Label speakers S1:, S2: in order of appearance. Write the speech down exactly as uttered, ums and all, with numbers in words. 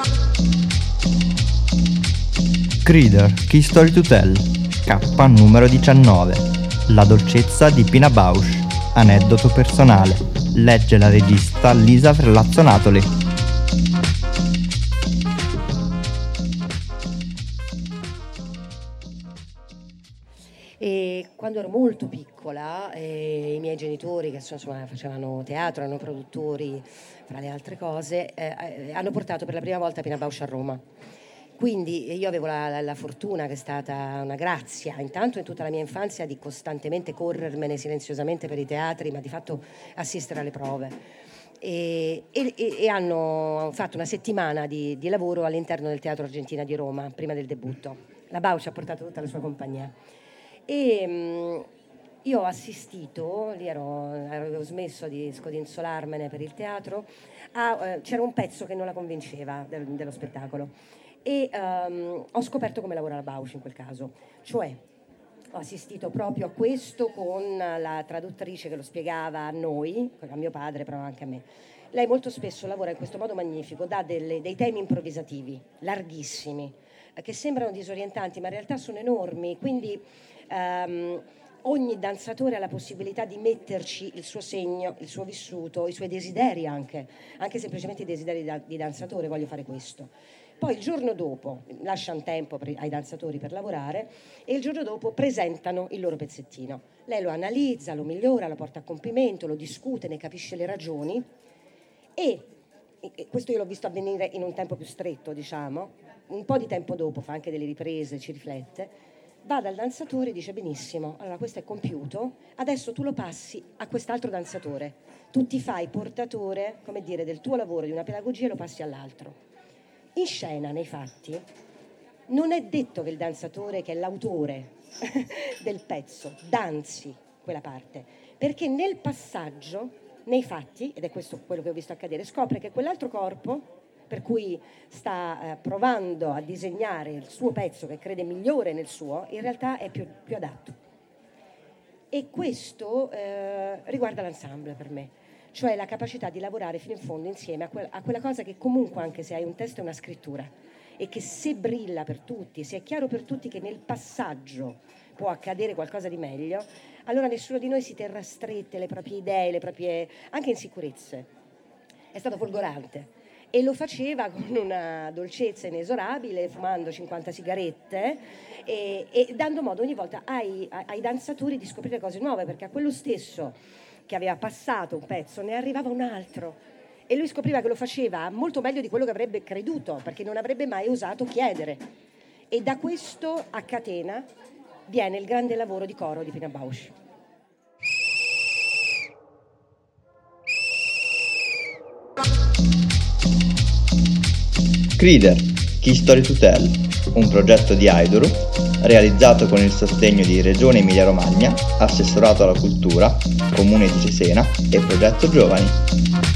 S1: Crider, Key Story to Tell, K numero diciannove. La dolcezza di Pina Bausch. Aneddoto personale. Legge la regista Lisa Ferlazzo Natoli.
S2: E quando ero molto piccola, eh, i miei genitori, che insomma facevano teatro, erano produttori, fra le altre cose, eh, hanno portato per la prima volta Pina Bausch a Roma. Quindi io avevo la, la, la fortuna, che è stata una grazia, intanto in tutta la mia infanzia, di costantemente corrermene silenziosamente per i teatri, ma di fatto assistere alle prove. E, e, e hanno fatto una settimana di, di lavoro all'interno del Teatro Argentina di Roma, prima del debutto. La Bausch ha portato tutta la sua compagnia. E mh, io ho assistito, lì ero, avevo smesso di scodinzolarmene per il teatro, a, eh, c'era un pezzo che non la convinceva del, dello spettacolo. E um, ho scoperto come lavora la Bausch in quel caso, cioè ho assistito proprio a questo con la traduttrice che lo spiegava a noi, a mio padre, però anche a me. Lei molto spesso lavora in questo modo magnifico, dà delle, dei temi improvvisativi, larghissimi, eh, che sembrano disorientanti ma in realtà sono enormi, quindi um, ogni danzatore ha la possibilità di metterci il suo segno, il suo vissuto, i suoi desideri anche, anche semplicemente i desideri da, di danzatore, voglio fare questo. Poi il giorno dopo lasciano tempo ai danzatori per lavorare e il giorno dopo presentano il loro pezzettino. Lei lo analizza, lo migliora, lo porta a compimento, lo discute, ne capisce le ragioni e, e questo io l'ho visto avvenire in un tempo più stretto, diciamo, un po' di tempo dopo, fa anche delle riprese, ci riflette, va dal danzatore e dice: benissimo, allora questo è compiuto, adesso tu lo passi a quest'altro danzatore, tu ti fai portatore, come dire, del tuo lavoro, di una pedagogia e lo passi all'altro. In scena, nei fatti, non è detto che il danzatore, che è l'autore del pezzo, danzi quella parte, perché nel passaggio, nei fatti, ed è questo quello che ho visto accadere, scopre che quell'altro corpo, per cui sta eh, provando a disegnare il suo pezzo che crede migliore nel suo, in realtà è più, più adatto. E questo eh, riguarda l'ensemble per me. Cioè la capacità di lavorare fino in fondo insieme a, que- a quella cosa che comunque, anche se hai un testo e una scrittura, e che se brilla per tutti, se è chiaro per tutti che nel passaggio può accadere qualcosa di meglio, allora nessuno di noi si terrà strette le proprie idee, le proprie anche insicurezze. È stato folgorante e lo faceva con una dolcezza inesorabile, fumando cinquanta sigarette e, e dando modo ogni volta ai, ai danzatori di scoprire cose nuove, perché a quello stesso che aveva passato un pezzo ne arrivava un altro e lui scopriva che lo faceva molto meglio di quello che avrebbe creduto, perché non avrebbe mai osato chiedere. E da questo a catena viene il grande lavoro di coro di Pina Bausch.
S1: Crider, Key Story to Tell, un progetto di Aidoru realizzato con il sostegno di Regione Emilia-Romagna, Assessorato alla Cultura, Comune di Cesena e Progetto Giovani.